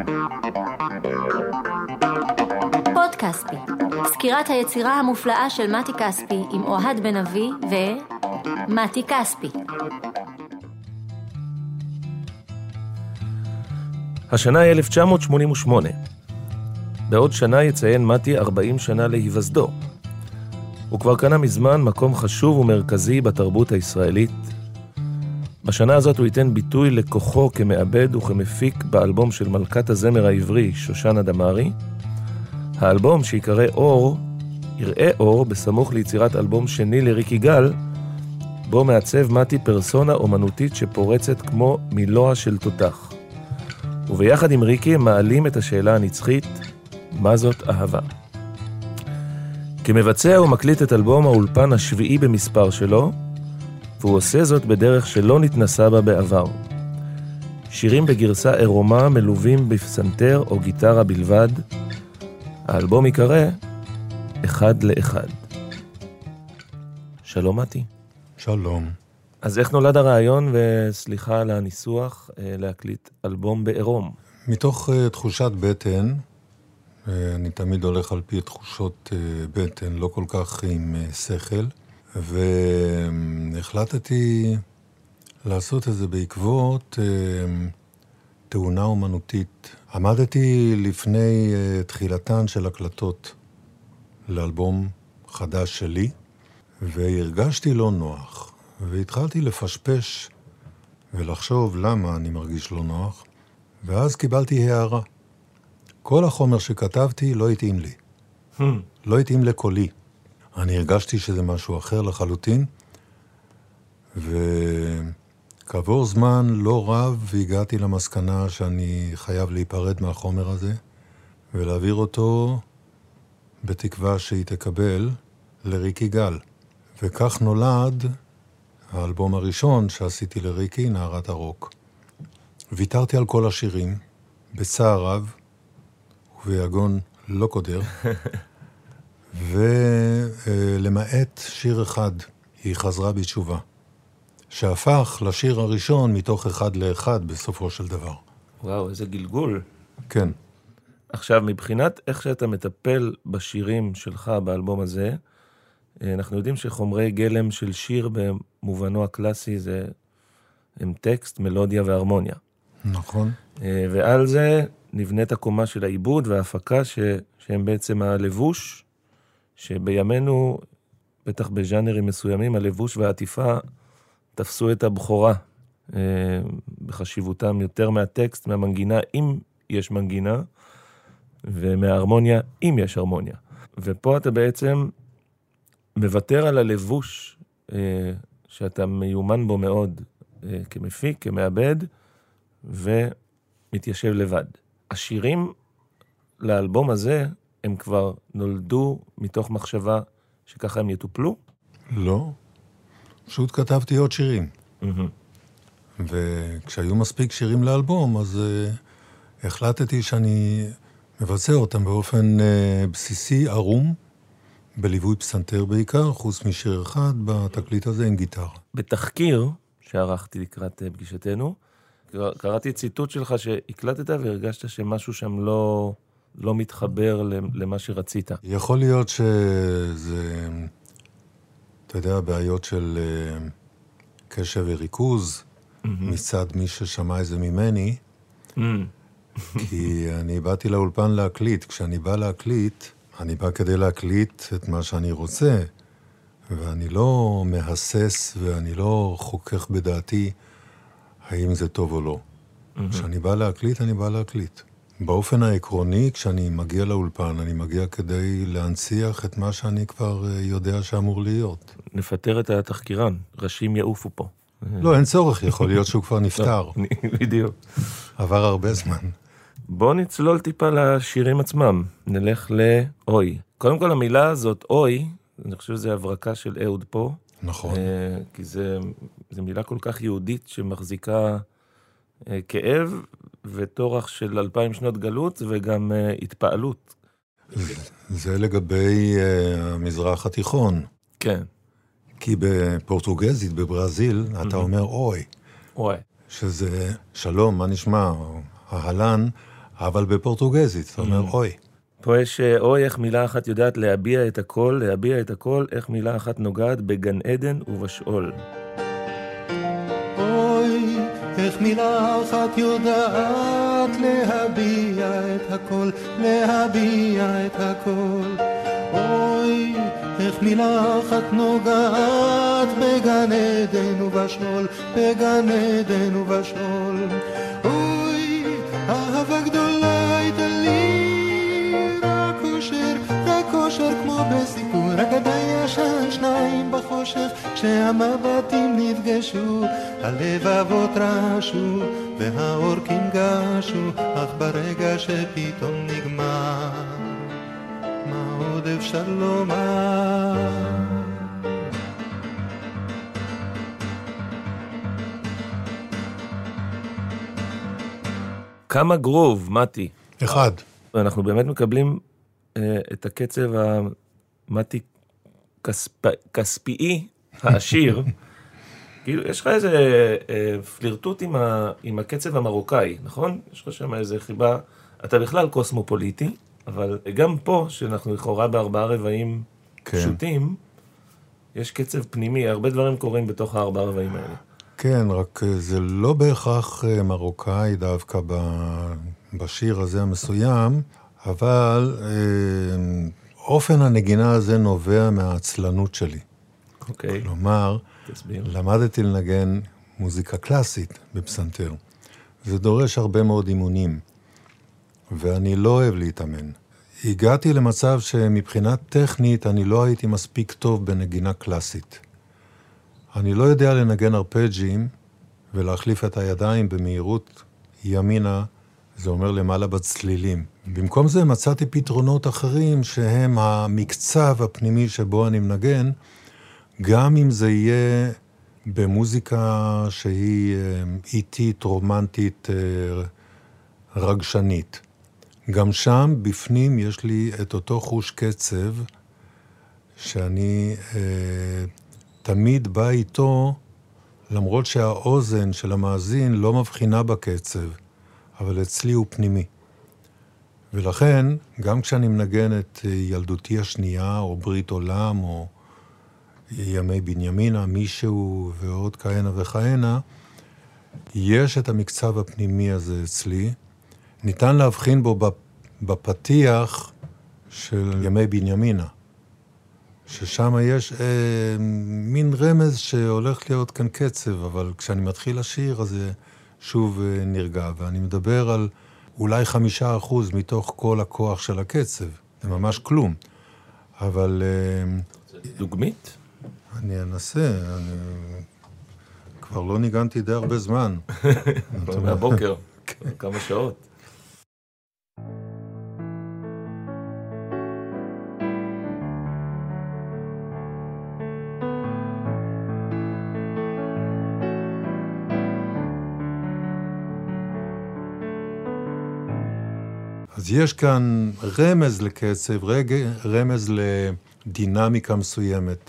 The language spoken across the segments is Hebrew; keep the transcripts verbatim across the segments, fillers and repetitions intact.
פודקאספי, סקירת היצירה המופלאה של מתי כספי עם אוהד בן אבי ומתי כספי. השנה היא אלף תשע מאות שמונים ושמונה. בעוד שנה יציין מתי ארבעים שנה להיווסדו. הוא כבר קנה מזמן מקום חשוב ומרכזי בתרבות הישראלית. בשנה הזאת הוא ייתן ביטוי לכוחו כמעבד וכמפיק באלבום של מלכת הזמר העברי שושנה דמארי. האלבום שיקרא אור, יראה אור בסמוך ליצירת אלבום שני לריק יגאל, בו מעצב מתי פרסונה אומנותית שפורצת כמו מילוע של תותח. וביחד עם ריקי הם מעלים את השאלה הנצחית, מה זאת אהבה? כמבצע הוא מקליט את אלבום האולפן השביעי במספר שלו, והוא עושה זאת בדרך שלא נתנסה בה בעבר. שירים בגרסה עירומה מלווים בפסנתר או גיטרה בלבד. האלבום יקרא אחד לאחד. שלום מתי. שלום. אז איך נולד הרעיון, וסליחה על הניסוח, להקליט אלבום בעירום? מתוך uh, תחושת בטן, uh, אני תמיד הולך על פי תחושות uh, בטן, לא כל כך עם uh, שכל, והחלטתי לעשות את זה בעקבות uh, תאונה אומנותית. עמדתי לפני uh, תחילתן של הקלטות לאלבום חדש שלי, והרגשתי לא נוח. והתחלתי לפשפש ולחשוב למה אני מרגיש לא נוח, ואז קיבלתי הערה. כל החומר שכתבתי לא התאים לי. Hmm. לא התאים לקולי. אני הרגשתי שזה משהו אחר לחלוטין, וכעבור זמן לא רב והגעתי למסקנה שאני חייב להיפרד מהחומר הזה, ולהעביר אותו בתקווה שהיא תקבל לריק יגאל. וכך נולד האלבום הראשון שעשיתי לריקי, נערת הרוק. ויתרתי על כל השירים, בצער רב, וביגון לא קודר, ולמעט שיר אחד, היא חזרה בתשובה, שהפך לשיר הראשון מתוך אחד לאחד בסופו של דבר. וואו, איזה גלגול. כן. עכשיו, מבחינת איך שאתה מטפל בשירים שלך באלבום הזה, אנחנו יודעים שחומרי גלם של שיר במובנו הקלאסי זה הם טקסט, מלודיה והרמוניה. נכון. ועל זה נבנית הקומה של העיבוד וההפקה ש... שהם בעצם הלבוש, שבימינו, בטח בז'אנרים מסוימים, הלבוש והעטיפה תפסו את הבכורה בחשיבותם יותר מהטקסט, מהמנגינה, אם יש מנגינה, ומההרמוניה, אם יש הרמוניה. ופה אתה בעצם מוותר על הלבוש אה, שאתה מיומן בו מאוד אה, כמפיק, כמעבד, ומתיישב לבד. השירים לאלבום הזה, הם כבר נולדו מתוך מחשבה שככה הם יטופלו? לא. פשוט כתבתי עוד שירים. Mm-hmm. וכשהיו מספיק שירים לאלבום, אז uh, החלטתי שאני מבצע אותם באופן uh, בסיסי, ערום, בליווי פסנתר בעיקר, חוץ משיר אחד, בתקליט הזה עם גיטרה. בתחקיר שערכתי לקראת פגישתנו, קראתי ציטוט שלך שהקלטת והרגשת שמשהו שם לא, לא מתחבר למה שרצית. יכול להיות שזה, אתה יודע, בעיות של קשב וריכוז, mm-hmm. מצד מי ששמע איזה ממני, mm. כי אני באתי לאולפן להקליט. כשאני בא להקליט, אני בא כדי להקליט את מה שאני רוצה, ואני לא מהסס ואני לא חוכך בדעתי האם זה טוב או לא. Mm-hmm. כשאני בא להקליט, אני בא להקליט. באופן העקרוני, כשאני מגיע לאולפן, אני מגיע כדי להנציח את מה שאני כבר יודע שאמור להיות. נפטר את התחקירן, ראשים יעופו פה. לא, אין צורך, יכול להיות שהוא כבר נפטר. בדיוק. עבר הרבה זמן. בוא נצלול טיפה לשירים עצמם. נלך לאוי. קודם כל המילה הזאת, אוי, אני חושב שזה הברקה של אהוד פה. נכון. כי זה, זה מילה כל כך יהודית שמחזיקה כאב ותורח של אלפיים שנות גלות וגם התפעלות. זה לגבי המזרח התיכון. כן. כי בפורטוגזית, בברזיל, אתה אומר אוי. אוי. שזה שלום, מה נשמע, ההלן, אבל בפורטוגזית, זאת אומרת, אוי. פה יש אוי, איך מילה אחת יודעת להביע את הכל, להביע את הכל, איך מילה אחת נוגעת בגן עדן ובשאול. אוי, איך מילה אחת יודעת להביע את הכל, להביע את הכל. אוי, איך מילה אחת נוגעת בגן עדן ובשאול, בגן עדן ובשאול. אוי, אהבה גדולה הייתה לי, רק אושר, רק אושר כמו בסיפור אגדה ישן, שניים בחושך, כשהמבטים נפגשו, הלבבות רעשו והאורקים גשו, אך ברגע שפתאום נגמר, מה עוד אפשר לומר? כמה גרוב, מתי. אחד. ואנחנו באמת מקבלים אה, את הקצב המתי כספ... כספי העשיר. כאילו, יש לך איזה אה, פלירטוט עם, ה... עם הקצב המרוקאי, נכון? יש לך שם איזה חיבה, אתה בכלל קוסמופוליטי, אבל גם פה, שאנחנו לכאורה בארבעה רבעים כן. פשוטים, יש קצב פנימי, הרבה דברים קורים בתוך הארבעה רבעים האלה. כן, רק זה לא בהכרח מרוקאי דווקא בשיר הזה המסוים, אבל אופן הנגינה הזה נובע מהעצלנות שלי. אוקיי. כלומר, תסביר. למדתי לנגן מוזיקה קלאסית בפסנתר. זה דורש הרבה מאוד אימונים, ואני לא אוהב להתאמן. הגעתי למצב שמבחינה טכנית אני לא הייתי מספיק טוב בנגינה קלאסית. אני לא יודע לנגן ארפג'ים ולהחליף את הידיים במהירות ימינה, זה אומר למעלה בצלילים. במקום זה מצאתי פתרונות אחרים שהם המקצב הפנימי שבו אני מנגן, גם אם זה יהיה במוזיקה שהיא איטית, רומנטית, רגשנית. גם שם בפנים יש לי את אותו חוש קצב שאני אה, תמיד בא איתו, למרות שהאוזן של המאזין לא מבחינה בקצב, אבל אצלי הוא פנימי. ולכן, גם כשאני מנגן את ילדותי השנייה, או ברית עולם, או ימי בנימינה, מישהו ועוד כהנה וכהנה, יש את המקצב הפנימי הזה אצלי. ניתן להבחין בו בפתיח של ימי בנימינה, ששם יש אה, מין רמז שהולך להיות כאן קצב, אבל כשאני מתחיל לשיר, אז זה שוב אה, נרגע, ואני מדבר על אולי חמישה אחוז מתוך כל הכוח של הקצב. זה ממש כלום. אבל... אה, דוגמית? אני אנסה, אני כבר לא ניגנתי די הרבה זמן. מהבוקר, כמה שעות. אז יש כאן רמז לקצב, רמז לדינמיקה מסוימת.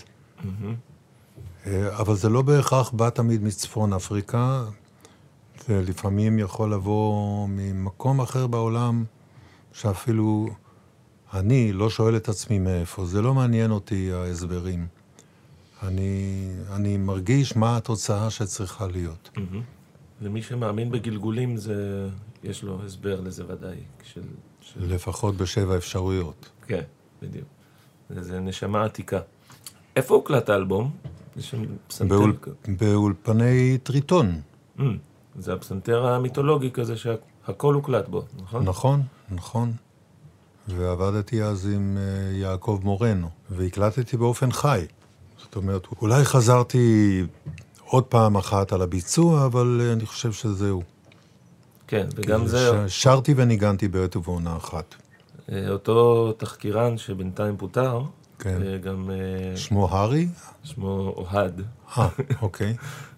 אבל זה לא בהכרח בא תמיד מצפון אפריקה, זה לפעמים יכול לבוא ממקום אחר בעולם, שאפילו אני לא שואל את עצמי מאיפה, זה לא מעניין אותי ההסברים. אני, אני מרגיש מה התוצאה שצריכה להיות. למי שמאמין בגלגולים, זה, יש לו הסבר לזה ודאי. של, של... לפחות בשבע אפשרויות. כן, בדיוק. זה, זה נשמה עתיקה. איפה הוקלט האלבום? באול, באולפני טריטון. Mm, זה הפסנתר המיתולוגי כזה שהכל הוקלט בו, נכון? נכון, נכון. ועבדתי אז עם יעקב מורנו, והקלטתי באופן חי. זאת אומרת, אולי חזרתי עוד פעם אחת על הביצוע, אבל אני חושב שזהו. כן, וגם זה... שרתי וניגנתי בעת ובעונה אחת. אותו תחקירן שבינתיים פוטר, כן. גם... שמו הרי? שמו אוהד. אה, אוקיי.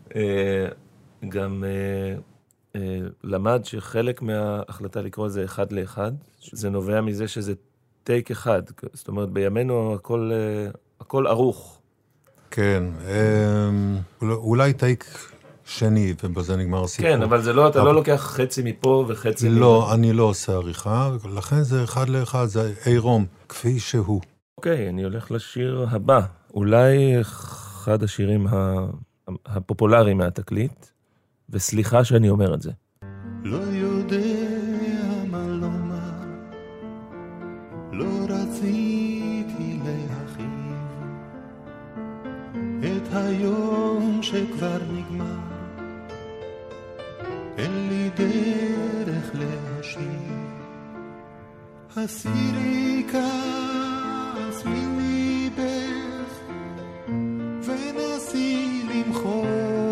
גם למד שחלק מההחלטה לקרוא זה אחד לאחד, זה נובע מזה שזה טייק אחד. זאת אומרת, בימינו הכל, הכל ערוך. כן, אולי טייק שני, ובזה נגמר הסיפור. כן, אבל זה לא, אתה לא לוקח חצי מפה וחצי מפה. לא, אני לא עושה עריכה, לכן זה אחד לאחד, זה עירום, כפי שהוא. אוקיי, אני הולך לשיר הבא. אולי אחד השירים הפופולריים מהתקליט, וסליחה שאני אומר את זה. לא יודע מה לומר, לא רציתי להכאיב את היום שכבר נגמר, אין לי דרך להשיב, הסירי כעס מליבך ונסי למחול,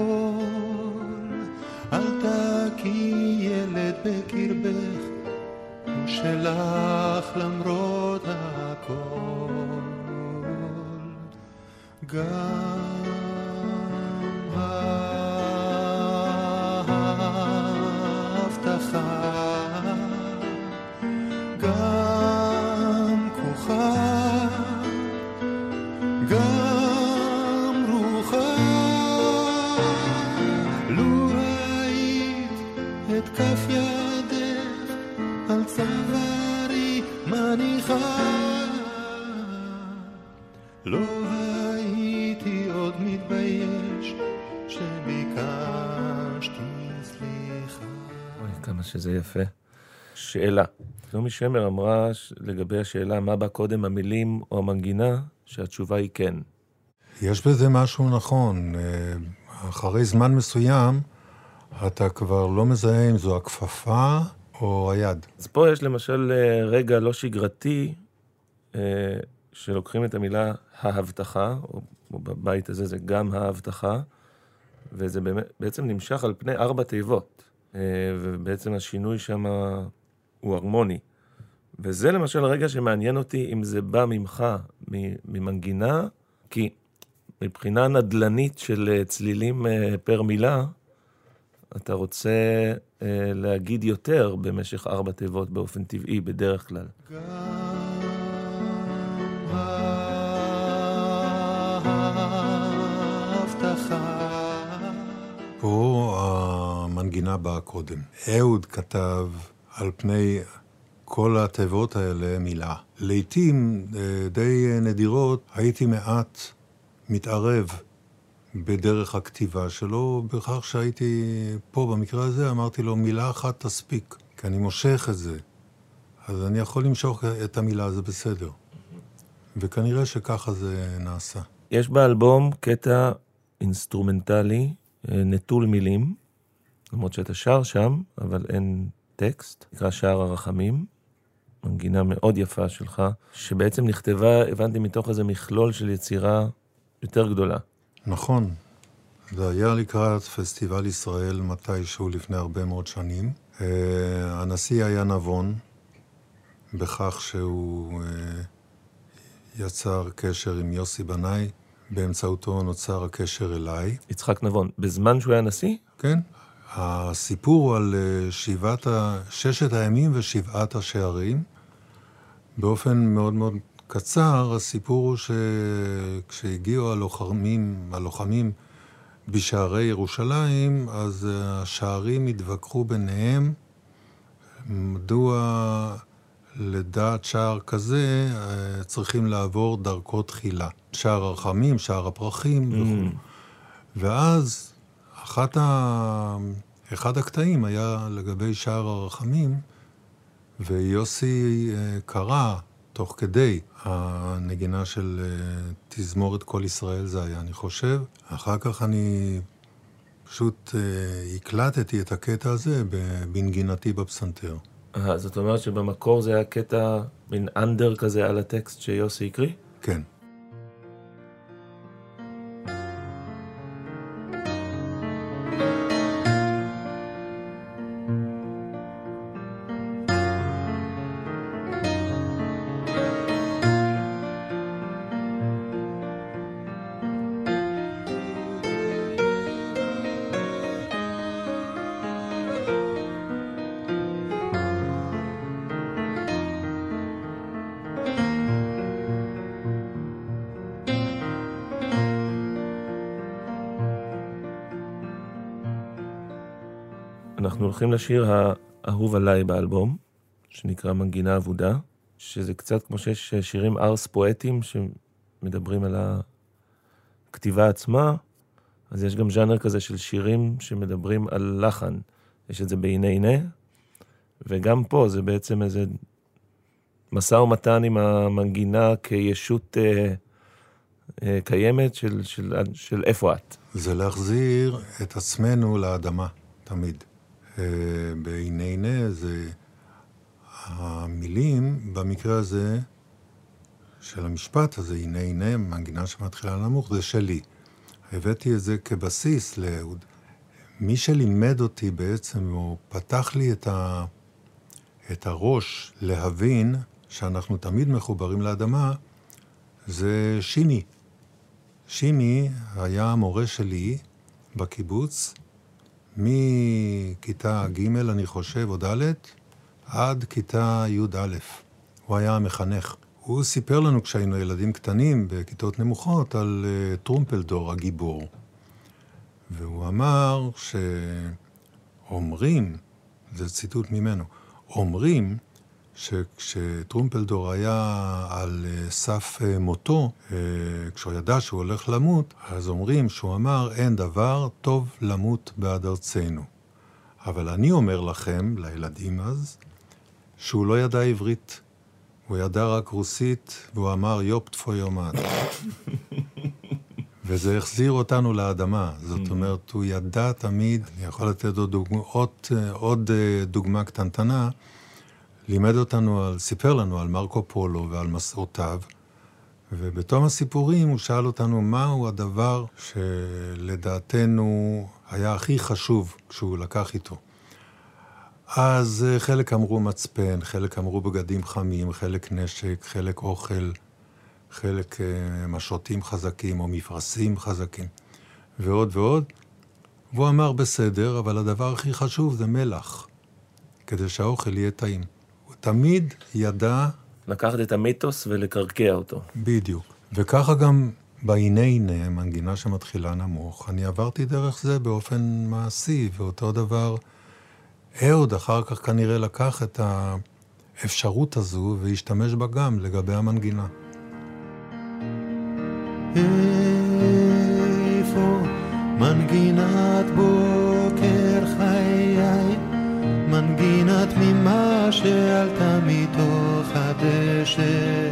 אל תקי ילד בקרבך, הוא שלך למרות הכל. גם ההבטחה, גם כוחה, גם רוחה, לו היית את כף ידך על צווארי מניחה, לא הייתי עוד מתבייש שביקשתי סליחה. אוי, כמה שזה יפה. שאלה. נעמי שמר אמרה לגבי השאלה מה בא קודם, המילים או המנגינה, שהתשובה היא כן. יש בזה משהו נכון. אחרי זמן מסוים, אתה כבר לא מזהה אם זו הכפפה או היד. אז פה יש למשל רגע לא שגרתי, שלוקחים את המילה ההבטחה, או בבית הזה זה גם ההבטחה, וזה בעצם נמשך על פני ארבע תיבות, ובעצם השינוי שם הוא הרמוני. וזה למשל הרגע שמעניין אותי אם זה בא ממך, ממנגינה, כי מבחינה נדלנית של צלילים פר מילה, אתה רוצה להגיד יותר במשך ארבע תיבות באופן טבעי, בדרך כלל. פה המנגינה באה קודם. אהוד כתב על פני כל התיבות האלה מילה. לעתים די נדירות הייתי מעט מתערב בדרך הכתיבה שלו, בכך שהייתי פה במקרה הזה, אמרתי לו מילה אחת תספיק, כי אני מושך את זה. אז אני יכול למשוך את המילה, זה בסדר. וכנראה שככה זה נעשה. יש באלבום קטע אינסטרומנטלי, נטול מילים, למרות שאתה שר שם, אבל אין טקסט, נקרא שער הרחמים, מנגינה מאוד יפה שלך, שבעצם נכתבה, הבנתי מתוך איזה מכלול של יצירה יותר גדולה. נכון. זה היה לקראת פסטיבל ישראל מתישהו לפני הרבה מאוד שנים. הנשיא היה נבון, בכך שהוא יצר קשר עם יוסי בנאי, באמצעותו נוצר הקשר אליי. יצחק נבון, בזמן שהוא היה נשיא? כן. הסיפור הוא על שבעת, ששת הימים ושבעת השערים. באופן מאוד מאוד קצר, הסיפור הוא שכשהגיעו הלוחמים, הלוחמים בשערי ירושלים, אז השערים התווכחו ביניהם, מדוע לדעת שער כזה צריכים לעבור דרכו תחילה. שער הרחמים, שער הפרחים וכו'. ואז אחת ה... אחד הקטעים היה לגבי שער הרחמים, ויוסי קרא תוך כדי הנגינה של תזמורת כל ישראל זה היה, אני חושב. אחר כך אני פשוט הקלטתי את הקטע הזה בנגינתי בפסנתר. אה, זאת אומרת שבמקור זה היה קטע מין אנדר כזה על הטקסט שיוסי יקריא? כן. אנחנו הולכים לשיר האהוב עליי באלבום, שנקרא מנגינה אבודה, שזה קצת כמו שיש שירים ארס פואטיים שמדברים על הכתיבה עצמה, אז יש גם ז'אנר כזה של שירים שמדברים על לחן. יש את זה בהנה הנה, וגם פה זה בעצם איזה משא ומתן עם המנגינה כישות אה, אה, קיימת של, של, של איפה את. זה להחזיר את עצמנו לאדמה, תמיד. אה, בהנה הנה זה המילים, במקרה הזה, של המשפט הזה, הנה הנה, מנגינה שמתחילה נמוך, זה שלי. הבאתי את זה כבסיס לאהוד. מי שלימד אותי בעצם, הוא פתח לי את, ה, את הראש להבין שאנחנו תמיד מחוברים לאדמה, זה שימי. שימי היה המורה שלי בקיבוץ, מכיתה ג' אני חושב, או ד', עד כיתה י' א'. הוא היה המחנך. הוא סיפר לנו כשהיינו ילדים קטנים בכיתות נמוכות על uh, טרומפלדור הגיבור. והוא אמר שאומרים, זה ציטוט ממנו, אומרים שכשטרומפלדור היה על uh, סף uh, מותו, uh, כשהוא ידע שהוא הולך למות, אז אומרים שהוא אמר אין דבר טוב למות בעד ארצנו. אבל אני אומר לכם, לילדים אז, שהוא לא ידע עברית. הוא ידע רק רוסית, והוא אמר יופט פו יומט. וזה החזיר אותנו לאדמה. זאת אומרת, הוא ידע תמיד, אני יכול לתת עוד דוגמה, עוד, עוד דוגמה קטנטנה, לימד אותנו, על, סיפר לנו על מרקו פולו ועל מסעותיו, ובתום הסיפורים הוא שאל אותנו מהו הדבר שלדעתנו היה הכי חשוב כשהוא לקח איתו. אז חלק אמרו מצפן, חלק אמרו בגדים חמים, חלק נשק, חלק אוכל, חלק משוטים חזקים או מפרסים חזקים, ועוד ועוד. והוא אמר בסדר, אבל הדבר הכי חשוב זה מלח, כדי שהאוכל יהיה טעים. הוא תמיד ידע... לקחת את המיתוס ולקרקע אותו. בדיוק. וככה גם בהנה הנה, מנגינה שמתחילה נמוך, אני עברתי דרך זה באופן מעשי, ואותו דבר... אהוד אחר כך כנראה לקח את האפשרות הזו והשתמש בה גם לגבי המנגינה. איפה מנגינת בוקר חיי, מנגינת ממה שעלתה מתוך הדשא.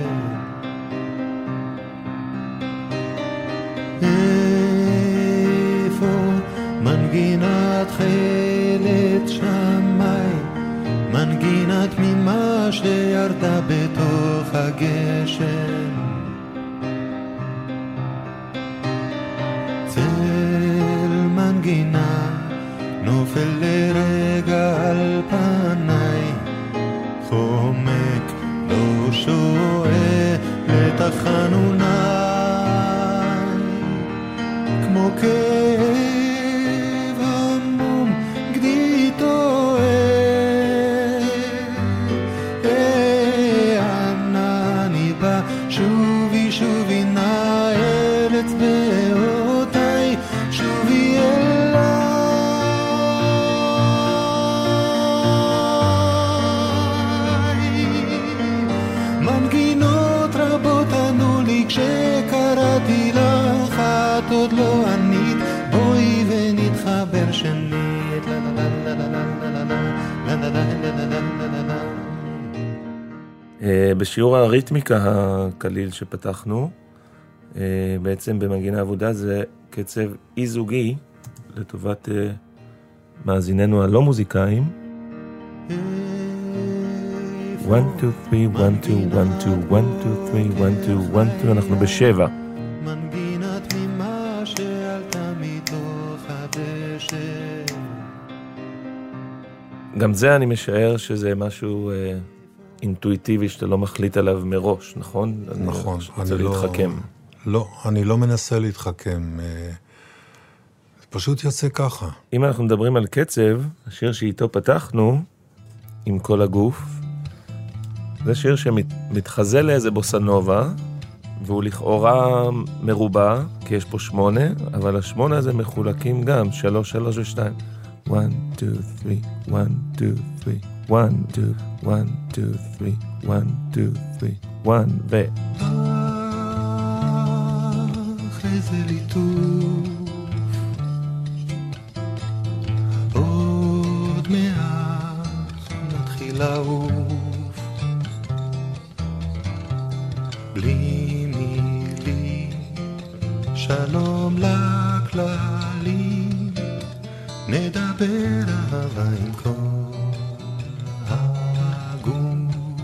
איפה מנגינת חילת שמי, מנגינת ממה שירדה בתוך הגשם. צל מנגינה נופל לרגע על פניי, חומק לא שועה לתחנוני, כמו כאב המום גדי טועה. אנה אני בא שובי שובי נא אל אצבעותיי, שובי אליי. מנגינות רבות ענו לי כשקראתי לך, את עוד לא ענית, בואי ונתחבר שנית. לה לה לה לה לה לה לה לה לה לה. בשיעור הריתמיקה הקליל שפתחנו, בעצם במנגינה עבודה זה קצב אי-זוגי לטובת מאזיננו הלא מוזיקאים. one, two, three, one, two, one, two, one, two, three, one, two, one, two, אנחנו בשבע. מנגינת ממה שעלתה מתוך הדשא. גם זה אני משער שזה משהו אה, אינטואיטיבי שאתה לא מחליט עליו מראש, נכון? נכון. אני רוצה להתחכם. לא, אני לא מנסה להתחכם. זה פשוט יוצא ככה. אם אנחנו מדברים על קצב, השיר שאיתו פתחנו, עם כל הגוף, זה שיר שמתחזה לאיזה בוסנובה, והוא לכאורה מרובע, כי יש פה שמונה, אבל השמונה הזה מחולקים גם, שלוש, שלוש ושתיים. one, two, three, one, two, three, one, two, one, two, three, one, two, three, one, ו... אחרי זה ליטוף, עוד מעט נתחיל לעוף, בלי מילים, שלום לכללים, נדבר אהבה עם כל הגוף.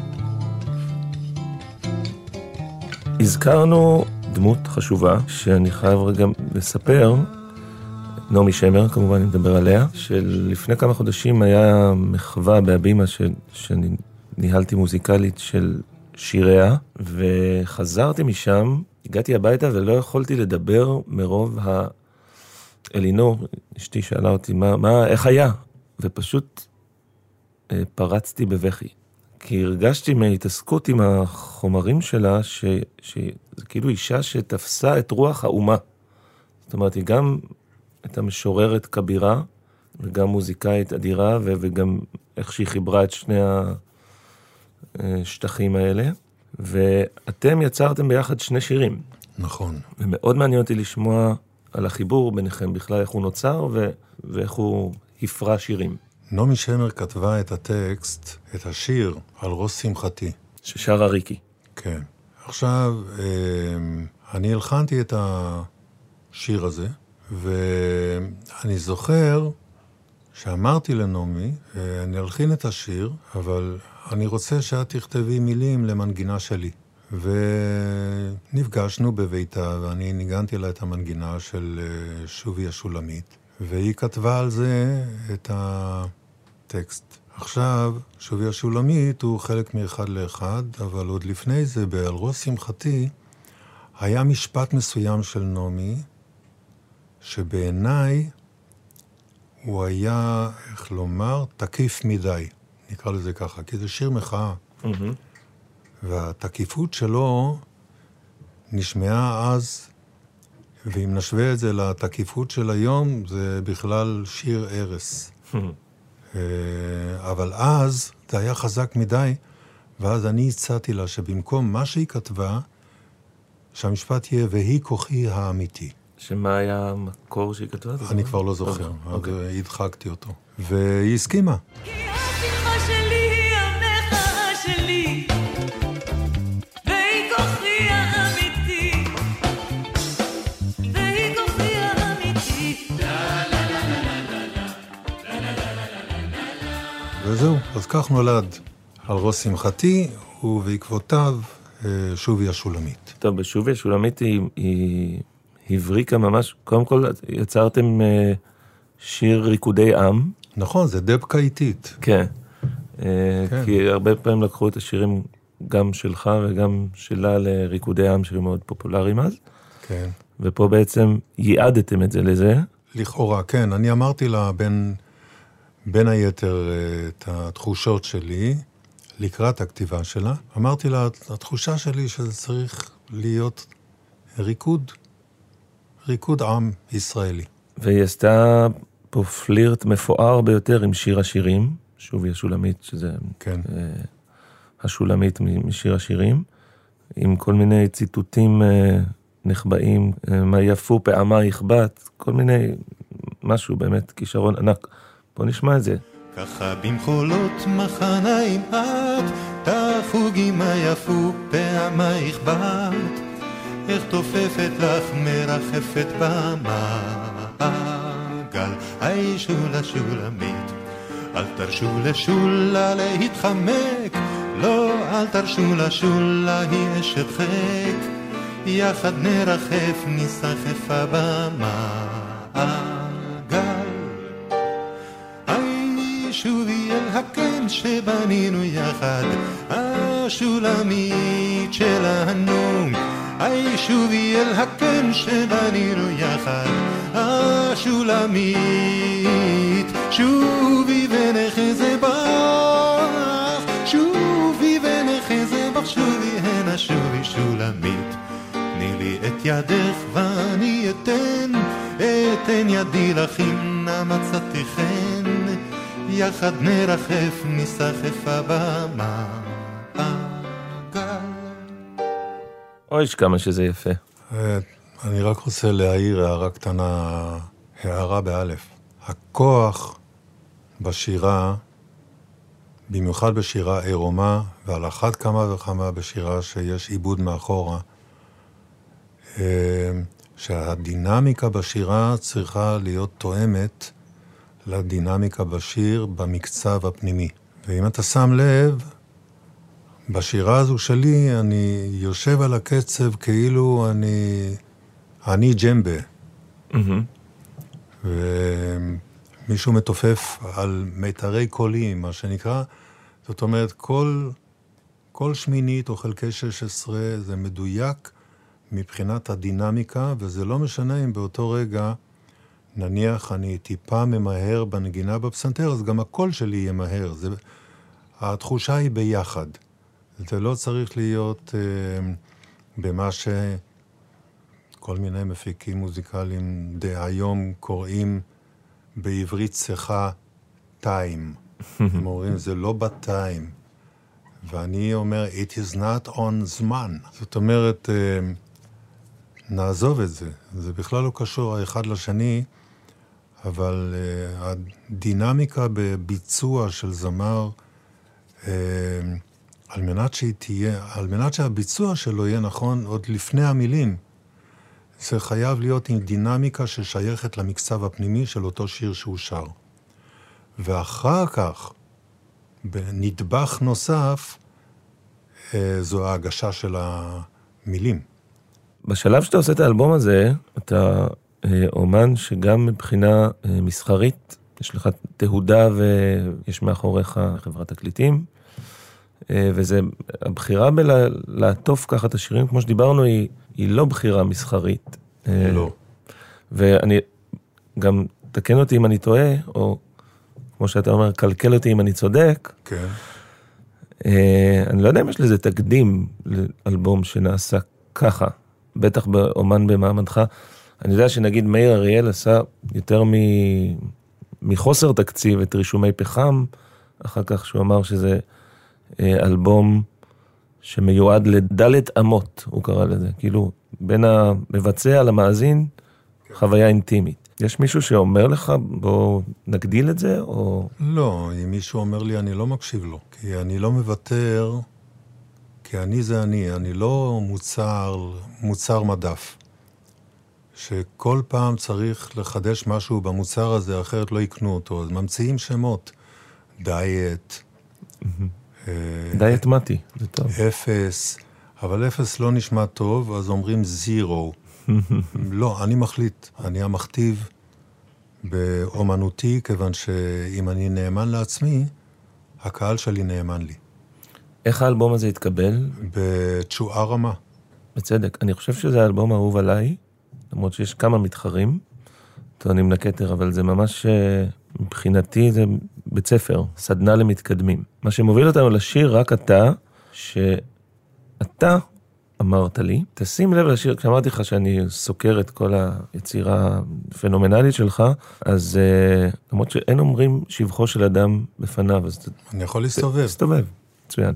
הזכרנו דמות חשובה שאני חייב רגע לספר, נעמי שמר, כמובן אני מדבר עליה, שלפני כמה חודשים היה מחווה בהבימה ש... שאני ניהלתי מוזיקלית של שיריה, וחזרתי משם, הגעתי הביתה ולא יכולתי לדבר מרוב ה... אלינור, אשתי שאלה אותי, מה, מה, איך היה? ופשוט אה, פרצתי בבכי. כי הרגשתי מהתעסקות עם החומרים שלה, ש, שזה כאילו אישה שתפסה את רוח האומה. זאת אומרת, היא גם את המשוררת כבירה, וגם מוזיקאית אדירה, ו, וגם איך שהיא חיברה את שני השטחים האלה. ואתם יצרתם ביחד שני שירים. נכון. ומאוד מעניין אותי לשמוע על החיבור ביניכם בכלל, איך הוא נוצר ו- ואיך הוא הפרה שירים. נעמי שמר כתבה את הטקסט, את השיר, על ראש שמחתי. ששרה ריקי. כן. עכשיו, אני הלחנתי את השיר הזה, ואני זוכר שאמרתי לנעמי, אני אלחין את השיר, אבל אני רוצה שאת תכתבי מילים למנגינה שלי. ונפגשנו בביתה, ואני ניגנתי לה את המנגינה של שובי השולמית, והיא כתבה על זה את הטקסט. עכשיו, שובי השולמית הוא חלק מאחד לאחד, אבל עוד לפני זה, על ראש שמחתי, היה משפט מסוים של נעמי, שבעיניי הוא היה, איך לומר, תקיף מדי. נקרא לזה ככה, כי זה שיר מחאה. Mm-hmm. והתקיפות שלו נשמעה אז, ואם נשווה את זה לתקיפות של היום, זה בכלל שיר ערס. אבל אז זה היה חזק מדי, ואז אני הצעתי לה שבמקום מה שהיא כתבה, שהמשפט יהיה, והיא כוחי האמיתי. שמה היה המקור שהיא כתבה? אני כבר לא זוכר, אז הדחקתי אותו. והיא הסכימה. וזהו, אז כך נולד על ראש שמחתי, ובעקבותיו שובי השולמית. טוב, בשובי השולמית היא, היא הבריקה ממש, קודם כל יצרתם שיר ריקודי עם. נכון, זה דבקה איטית. כן, כן. כי הרבה פעמים לקחו את השירים גם שלך וגם שלה לריקודי עם שהיו מאוד פופולריים אז. כן. ופה בעצם ייעדתם את זה לזה. לכאורה, כן. אני אמרתי לה בין... בין היתר את התחושות שלי, לקראת הכתיבה שלה. אמרתי לה, התחושה שלי שזה צריך להיות ריקוד, ריקוד עם ישראלי. והיא עשתה פה פלירט מפואר ביותר עם שיר השירים, שובי השולמית, שזה כן. השולמית משיר השירים, עם כל מיני ציטוטים נחבאים, מה יפו פעמה יכבת, כל מיני, משהו באמת, כישרון ענק. בוא נשמע את זה. ככה במחולות מחניים את, תחוגי מה יפו פעמה יכבת, איך תופפת לך מרחפת במעגל, היי שולה שולמית, אל תרשו לשולה להתחמק, לא אל תרשו לשולה היא אשת חק, יחד נרחף נסחפה במעגל. שובי אל הקן שבנינו יחד, השולמית שלנו. היי שובי אל הקן שבנינו יחד, השולמית. שובי ונחזה בך, שובי ונחזה בך, שובי הנה שובי שולמית. תני לי את ידך ואני אתן, אתן ידי לך אם מצאתי חן. יחד נרחף, נסחף הבמה. אוי, כמה שזה יפה. אני רק רוצה להעיר הערה קטנה, הערה באלף. הכוח בשירה, במיוחד בשירה עירומה, ועל אחת כמה וכמה בשירה שיש עיבוד מאחורה, שהדינמיקה בשירה צריכה להיות תואמת לדינמיקה בשיר במקצב הפנימי. ואם אתה שם לב, בשירה הזו שלי אני יושב על הקצב כאילו אני, אני ג'מבה. Mm-hmm. ומישהו מתופף על מיתרי קולים, מה שנקרא. זאת אומרת, כל, כל שמינית או חלקי שש עשרה זה מדויק מבחינת הדינמיקה, וזה לא משנה אם באותו רגע, נניח אני טיפה ממהר בנגינה בפסנתר, אז גם הקול שלי יהיה מהר. זה, התחושה היא ביחד. זה לא צריך להיות אה, במה שכל מיני מפיקים מוזיקליים דהיום קוראים בעברית צחה טיים. הם אומרים, זה לא בטיים. ואני אומר, it is not on זמן. זאת אומרת, אה, נעזוב את זה. זה בכלל לא קשור האחד לשני, אבל uh, הדינמיקה בביצוע של זמר, uh, על מנת שהיא תהיה, על מנת שהביצוע שלו יהיה נכון עוד לפני המילים, זה חייב להיות עם דינמיקה ששייכת למקצב הפנימי של אותו שיר שהוא שר. ואחר כך, בנדבך נוסף, uh, זו ההגשה של המילים. בשלב שאתה עושה את האלבום הזה, אתה אומן שגם מבחינה מסחרית, יש לך תהודה ויש מאחוריך חברת תקליטים, וזה, הבחירה בלעטוף ככה את השירים, כמו שדיברנו, היא, היא לא בחירה מסחרית. לא. ואני גם, תקן אותי אם אני טועה, או כמו שאתה אומר, קלקל אותי אם אני צודק. כן. אני לא יודע אם יש לזה תקדים לאלבום שנעשה ככה, בטח באומן במעמדך. אני יודע שנגיד מאיר אריאל עשה יותר מ... מחוסר תקציב את רישומי פחם, אחר כך שהוא אמר שזה אלבום שמיועד לדלת אמות, הוא קרא לזה, כאילו בין המבצע למאזין, חוויה אינטימית. יש מישהו שאומר לך, בוא נגדיל את זה, או... לא, אם מישהו אומר לי, אני לא מקשיב לו, כי אני לא מוותר, כי אני זה אני, אני לא מוצר, מוצר מדף. שכל פעם צריך לחדש משהו במוצר הזה, אחרת לא יקנו אותו. אז ממציאים שמות. דיאט. דיאט מתי, זה טוב. אפס. אבל אפס לא נשמע טוב, אז אומרים זירו. לא, אני מחליט. אני המכתיב באומנותי, כיוון שאם אני נאמן לעצמי, הקהל שלי נאמן לי. איך האלבום הזה התקבל? בתשואה רמה. בצדק. אני חושב שזה האלבום האהוב עליי, למרות שיש כמה מתחרים, טוענים לכתר, אבל זה ממש, מבחינתי זה בית ספר, סדנה למתקדמים. מה שמוביל אותנו לשיר רק אתה, שאתה אמרת לי, תשים לב לשיר, כשאמרתי לך שאני סוקר את כל היצירה הפנומנלית שלך, אז למרות שאין אומרים שבחו של אדם בפניו, אז... אני יכול להסתובב. להסתובב, מצוין.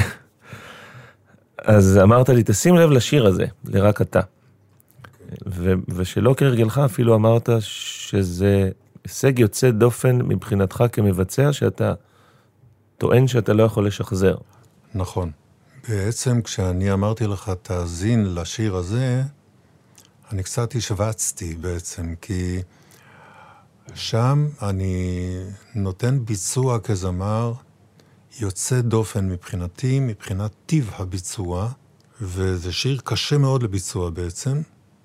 אז אמרת לי, תשים לב לשיר הזה, לרק אתה. ו- ושלא כרגלך אפילו אמרת שזה הישג יוצא דופן מבחינתך כמבצע, שאתה טוען שאתה לא יכול לשחזר. נכון. בעצם כשאני אמרתי לך תאזין לשיר הזה, אני קצת השבצתי בעצם, כי שם אני נותן ביצוע כזמר יוצא דופן מבחינתי, מבחינת טיב הביצוע, וזה שיר קשה מאוד לביצוע בעצם,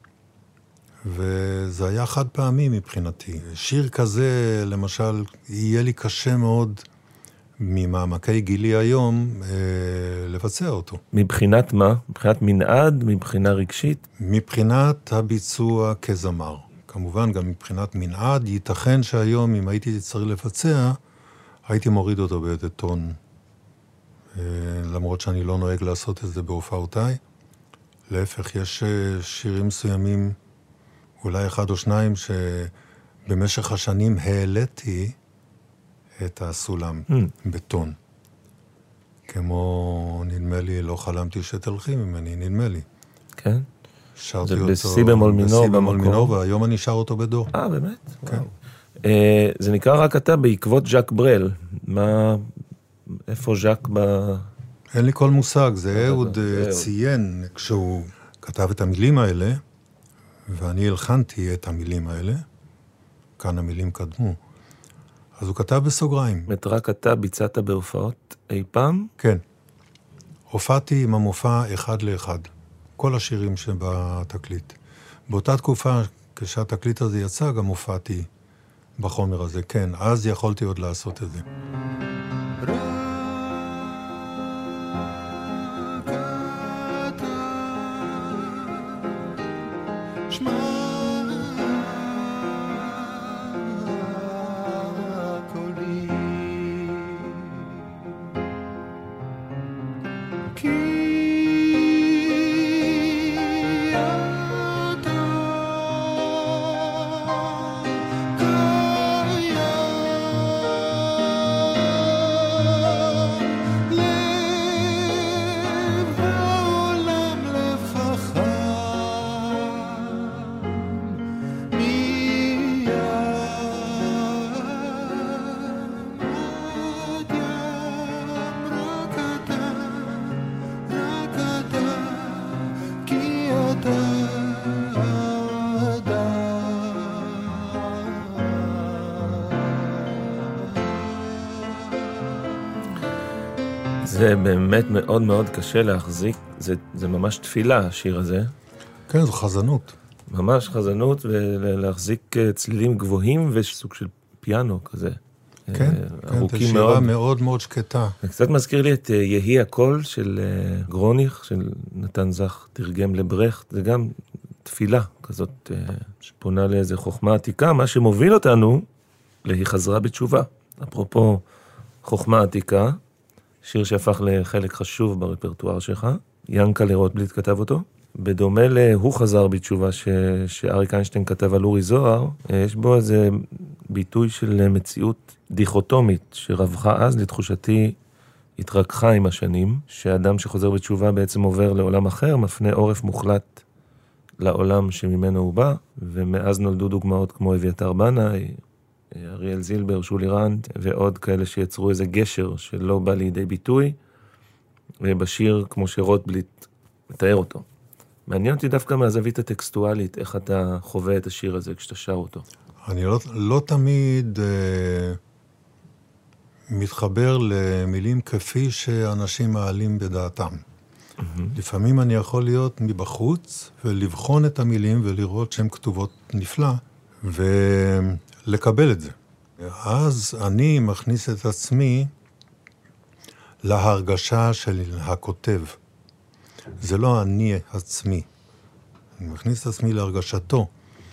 וזה היה חד פעמי מבחינתי. שיר כזה, למשל, יהיה לי קשה מאוד ממעמקי גילי היום אה, לבצע אותו. מבחינת מה? מבחינת מנעד? מבחינה רגשית? מבחינת הביצוע כזמר. כמובן, גם מבחינת מנעד, ייתכן שהיום, אם הייתי צריך לבצע, הייתי מוריד אותו באיזה טון. אה, למרות שאני לא נוהג לעשות את זה בהופעותיי. להפך, יש שירים מסוימים, אולי אחד או שניים, שבמשך השנים העליתי את הסולם, Mm. בטון. כמו, נדמה לי, לא חלמתי שתלכי ממני, נדמה לי. כן? שרתי זה אותו בסי במול מינור בסי במול במקור. מינור, והיום אני שר אותו בדו. אה, באמת? כן. וואו. אה, זה נקרא רק אתה בעקבות ז'אק ברל. מה... איפה ז'אק ב... אין לי כל מושג, זה אהוד זה אה, אהוד. ציין כשהוא כתב את המילים האלה, ואני הלחנתי את המילים האלה, כאן המילים קדמו, אז הוא כתב בסוגריים. את רק אתה ביצעת בהופעות אי פעם? כן. הופעתי עם המופע אחד לאחד. כל השירים שבתקליט. באותה תקופה, כשהתקליט הזה יצא, גם הופעתי בחומר הזה. כן, אז יכולתי עוד לעשות את זה. זה באמת מאוד מאוד קשה להחזיק, זה, זה ממש תפילה, השיר הזה. כן, זו חזנות. ממש חזנות, ולהחזיק צלילים גבוהים וסוג של פיאנו כזה. כן, כן, ארוכים שירה מאוד. מאוד מאוד שקטה. זה קצת מזכיר לי את יהי הקול של גרוניך, של נתן זך תרגם לברכט, זה גם תפילה כזאת שפונה לאיזה חוכמה עתיקה, מה שמוביל אותנו להיא חזרה בתשובה. אפרופו חוכמה עתיקה, שיר שהפך לחלק חשוב ברפרטואר שלך, ינקלה רוטבליט כתב אותו, בדומה ל"הוא חזר בתשובה" ש... שאריק איינשטיין כתב על אורי זוהר, יש בו איזה ביטוי של מציאות דיכוטומית, שרווחה אז לתחושתי התרככה עם השנים, שאדם שחוזר בתשובה בעצם עובר לעולם אחר, מפנה עורף מוחלט לעולם שממנו הוא בא, ומאז נולדו דוגמאות כמו אביתר בנאי, אריאל זילבר, שולי רנד, ועוד כאלה שיצרו איזה גשר שלא בא לידי ביטוי, ובשיר כמו שרוטבליט מתאר אותו. מעניין אותי דווקא מהזווית הטקסטואלית, איך אתה חווה את השיר הזה כשאתה שר אותו. אני לא, לא תמיד אה, מתחבר למילים כפי שאנשים מעלים בדעתם. Mm-hmm. לפעמים אני יכול להיות מבחוץ ולבחון את המילים ולראות שהן כתובות נפלא, ולקבל את זה. אז אני מכניס את עצמי להרגשה של הכותב. זה לא אני עצמי. אני מכניס את עצמי להרגשתו.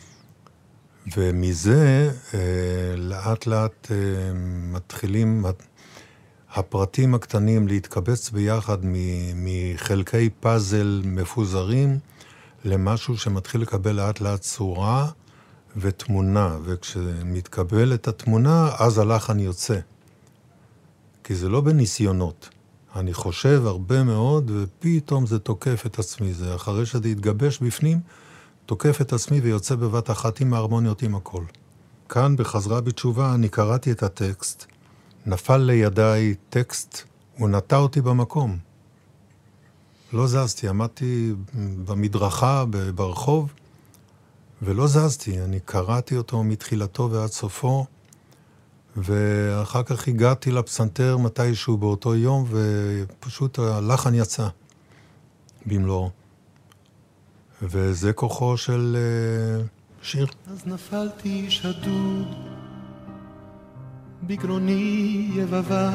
ומזה אה, לאט לאט אה, מתחילים הפרטים הקטנים להתקבץ ביחד מחלקי פאזל מפוזרים למשהו שמתחיל לקבל לאט לאט צורה ותמונה. וכשמתקבל את התמונה, אז הלחן יוצא. כי זה לא בניסיונות. אני חושב הרבה מאוד, ופתאום זה תוקף את עצמי. זה אחרי שזה יתגבש בפנים, תוקף את עצמי ויוצא בבת אחת עם ההרמוניות עם הכל. כאן בחזרה בתשובה אני קראתי את הטקסט, נפל לידיי טקסט, הוא נטע אותי במקום. לא זזתי, עמדתי במדרכה, ברחוב, ולא זזתי. אני קראתי אותו מתחילתו ועד סופו, ואחר כך הגעתי לפסנתר מתישהו באותו יום, ופשוט הלחן יצא במלואו. וזה כוחו של uh, שיר. אז נפלתי שדוד, בגרוני יבבה,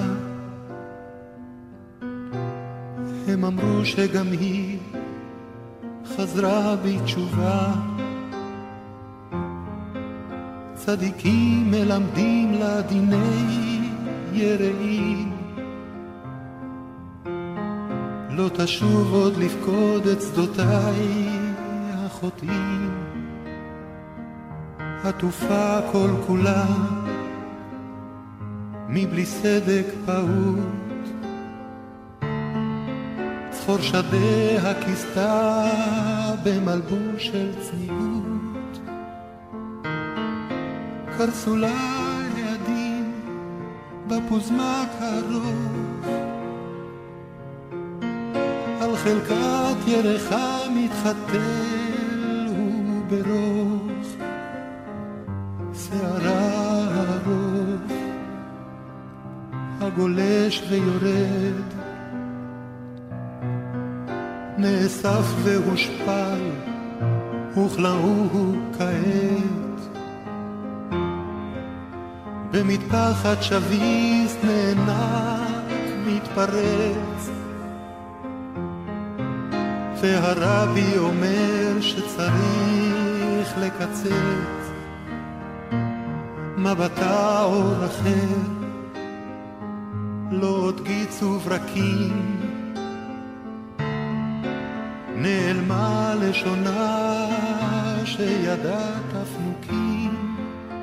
הם אמרו שגם היא חזרה בתשובה. צדיקים מלמדים לה דיני יראים, לא תשוב עוד לפקוד את שדותיי החוטאים. עטופה כל כולה מבלי סדק פעוט, צחור שדה הכיסתה במלבוש של צניעות, קרסו לה לידים בפוזמק הרוב, על חלקת ירחה מתחתל הוא ברוך, שערה הרוב הגולש ויורד, נאסף והושפל, הוכלאו כעת, במטפחת שביס נאנק מתפרץ, והרבי אומר שצריך לקצץ, מבטה אור אחר, לא עוד גיץ וברקים, נעלמה לשונה שידע תפנוקים,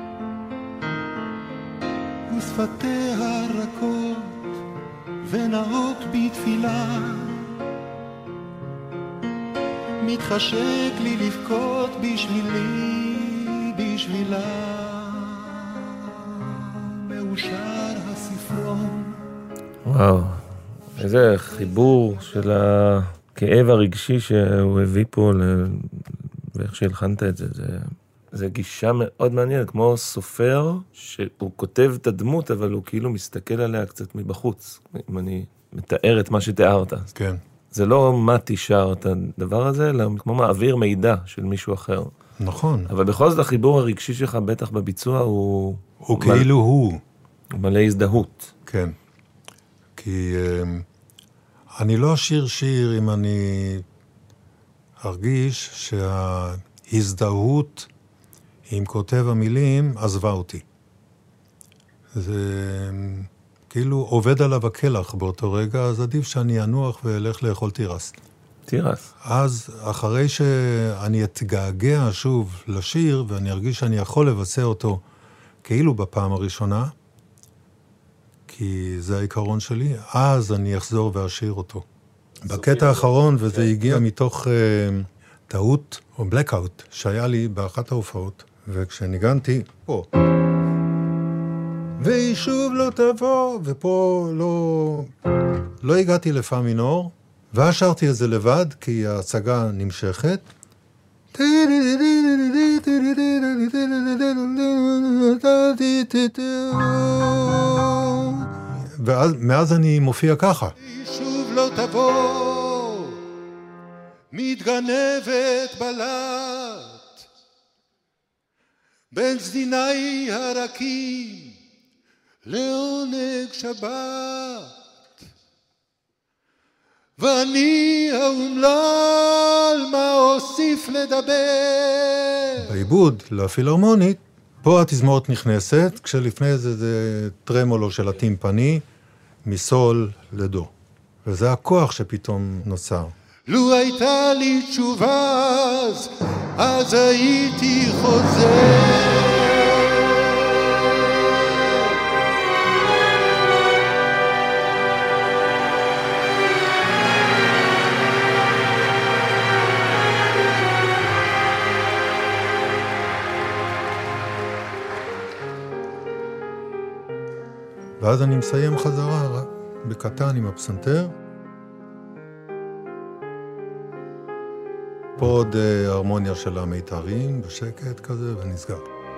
ושפתיה רכות ונאות בתפילה, מתחשק לי לבכות בשבילי, בשבילה, מאושר הספרון. וואו, איזה חיבור של הכאב הרגשי שהוא הביא פה, ואיך שהלחנת את זה, זה, זה גישה מאוד מעניינת, כמו סופר שהוא כותב את הדמות, אבל הוא כאילו מסתכל עליה קצת מבחוץ, אם אני מתאר את מה שתיארת. כן. זה לא מתי שר את הדבר הזה, אלא כמו מעביר מידע של מישהו אחר. נכון. אבל בכל זאת החיבור הרגשי שלך, בטח בביצוע, הוא... הוא מל... כאילו הוא. הוא מלא הזדהות. כן. כי uh, אני לא אשיר שיר אם אני ארגיש שההזדהות עם כותב המילים עזבה אותי. זה... כאילו עובד עליו הכלח באותו רגע, אז עדיף שאני אנוח ואלך לאכול תירס. תירס. אז אחרי שאני אתגעגע שוב לשיר, ואני ארגיש שאני יכול לבצע אותו כאילו בפעם הראשונה, כי זה העיקרון שלי, אז אני אחזור ואשיר אותו. בקטע האחרון, וזה הגיע מתוך uh, טעות או בלקאוט, שהיה לי באחת ההופעות, וכשניגנתי, פה. והיא שוב לא תבוא, ופה לא, לא הגעתי לפא מינור, ואז שרתי את זה לבד, כי ההצגה נמשכת. ומאז אני מופיע ככה. היא שוב לא תבוא, מתגנבת בלט, בין סדיני הרקים, לעונג שבת, ואני האומלל מה אוסיף לדבר. בעיבוד לפילהרמונית, פה התזמורת נכנסת, כשלפני זה זה טרמולו של הטימפני, מסול לדו. וזה הכוח שפתאום נוצר. לו הייתה לי תשובה אז, אז הייתי חוזר. ואז אני מסיים חזרה בקטן עם הפסנתר. פה עוד הרמוניה של המיתרים, בשקט כזה, ונסגר.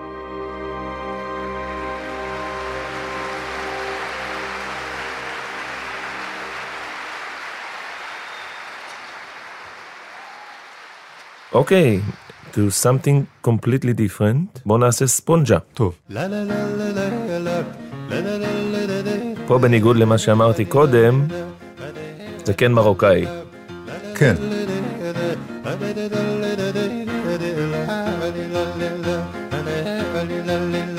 אוקיי, to something completely different. בוא נעשה ספונג'ה. טוב. פה בניגוד למה שאמרתי קודם, זה כן מרוקאי. כן.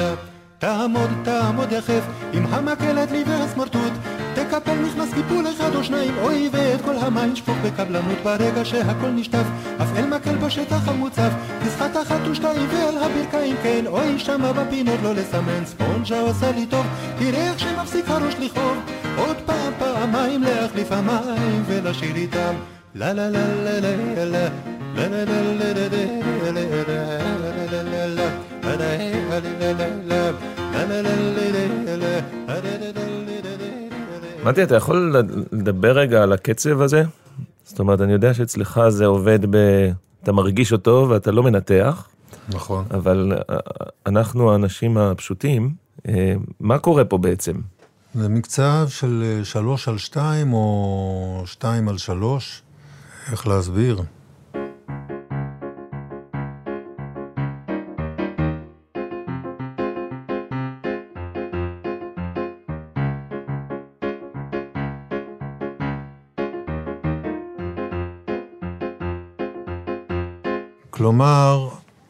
תעמוד, תעמוד יחף, עם המקלת לי והסמרטוט, תקפל נכנס קיפול אחד או שניים, אוי ואת כל המים שפוך בקבלנות ברגע שהכל נשטף, אף אל מקל בשטח המוצף, תסחט אחת ושתיים ועל הברכיים כן, אוי שמה בפינות לא לסמן, ספונג'ה עושה לי טוב, תראה איך שמפסיק הראש לכאוב, עוד פעם פעמיים להחליף המים ולשיר איתם, לה לה לה לה לה לה לה לה לה מתי, אתה יכול לדבר רגע על הקצב הזה? זאת אומרת, אני יודע שאצלך זה עובד ב... אתה מרגיש אותו ואתה לא מנתח. נכון. אבל אנחנו, האנשים הפשוטים, מה קורה פה בעצם? זה מקצב של שלוש על שתיים או שתיים על שלוש. איך להסביר? כלומר,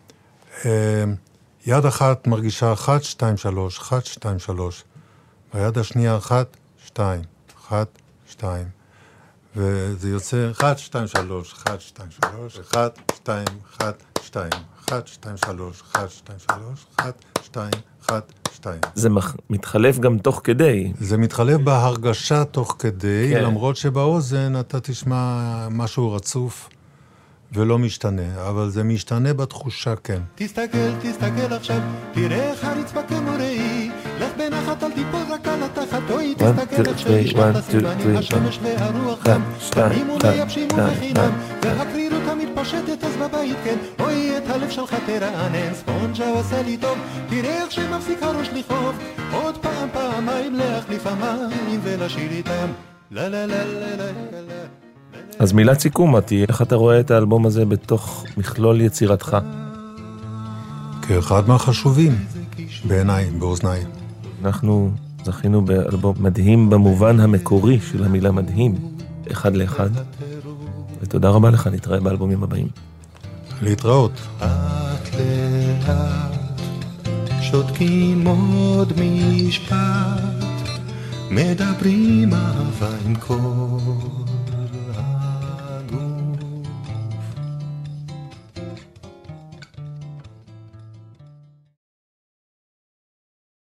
יד אחת מרגישה אחת, שתיים, שלוש, אחת, שתיים, שלוש. ביד השנייה אחת, שתיים, אחת, שתיים. וזה יוצא אחת, שתיים, שלוש, אחת, שתיים, שלוש, אחת, שתיים, אחת, שתיים, אחת, שתיים, שלוש, אחת, שתיים, שלוש, אחת, שתיים, אחת, שתיים. זה מתחלף גם תוך כדי. זה מתחלף בהרגשה תוך כדי, כן. למרות שבאוזן אתה תשמע משהו רצוף. ולא משתנה, אבל זה משתנה בתחושה, כן. תסתכל, תסתכל עכשיו, תראה איך הרצפה כמו ראי, לך בנחת אל תיפול רק על התחת, אוי, תסתכל איך שישלח הסימנים, השמש והרוח גם, תמים ומייבשים ובחינם, והקרירות המתפשטת אז בבית, כן, אוי, את הלב שלך תרענן, ספונג'ה עושה לי טוב, תראה איך שמפסיק הראש לכאוב, עוד פעם פעמיים להחליף המים ולשיר איתם, לה לה לה לה לה לה. אז מילת סיכום, מתי, איך אתה רואה את האלבום הזה בתוך מכלול יצירתך? כאחד מהחשובים, בעיניי, באוזניי. אנחנו זכינו באלבום מדהים במובן המקורי של המילה מדהים, אחד לאחד. ותודה רבה לך, נתראה באלבומים הבאים. להתראות. לאט לאט שותקים עוד משפט, מדברים אהבה עם קול.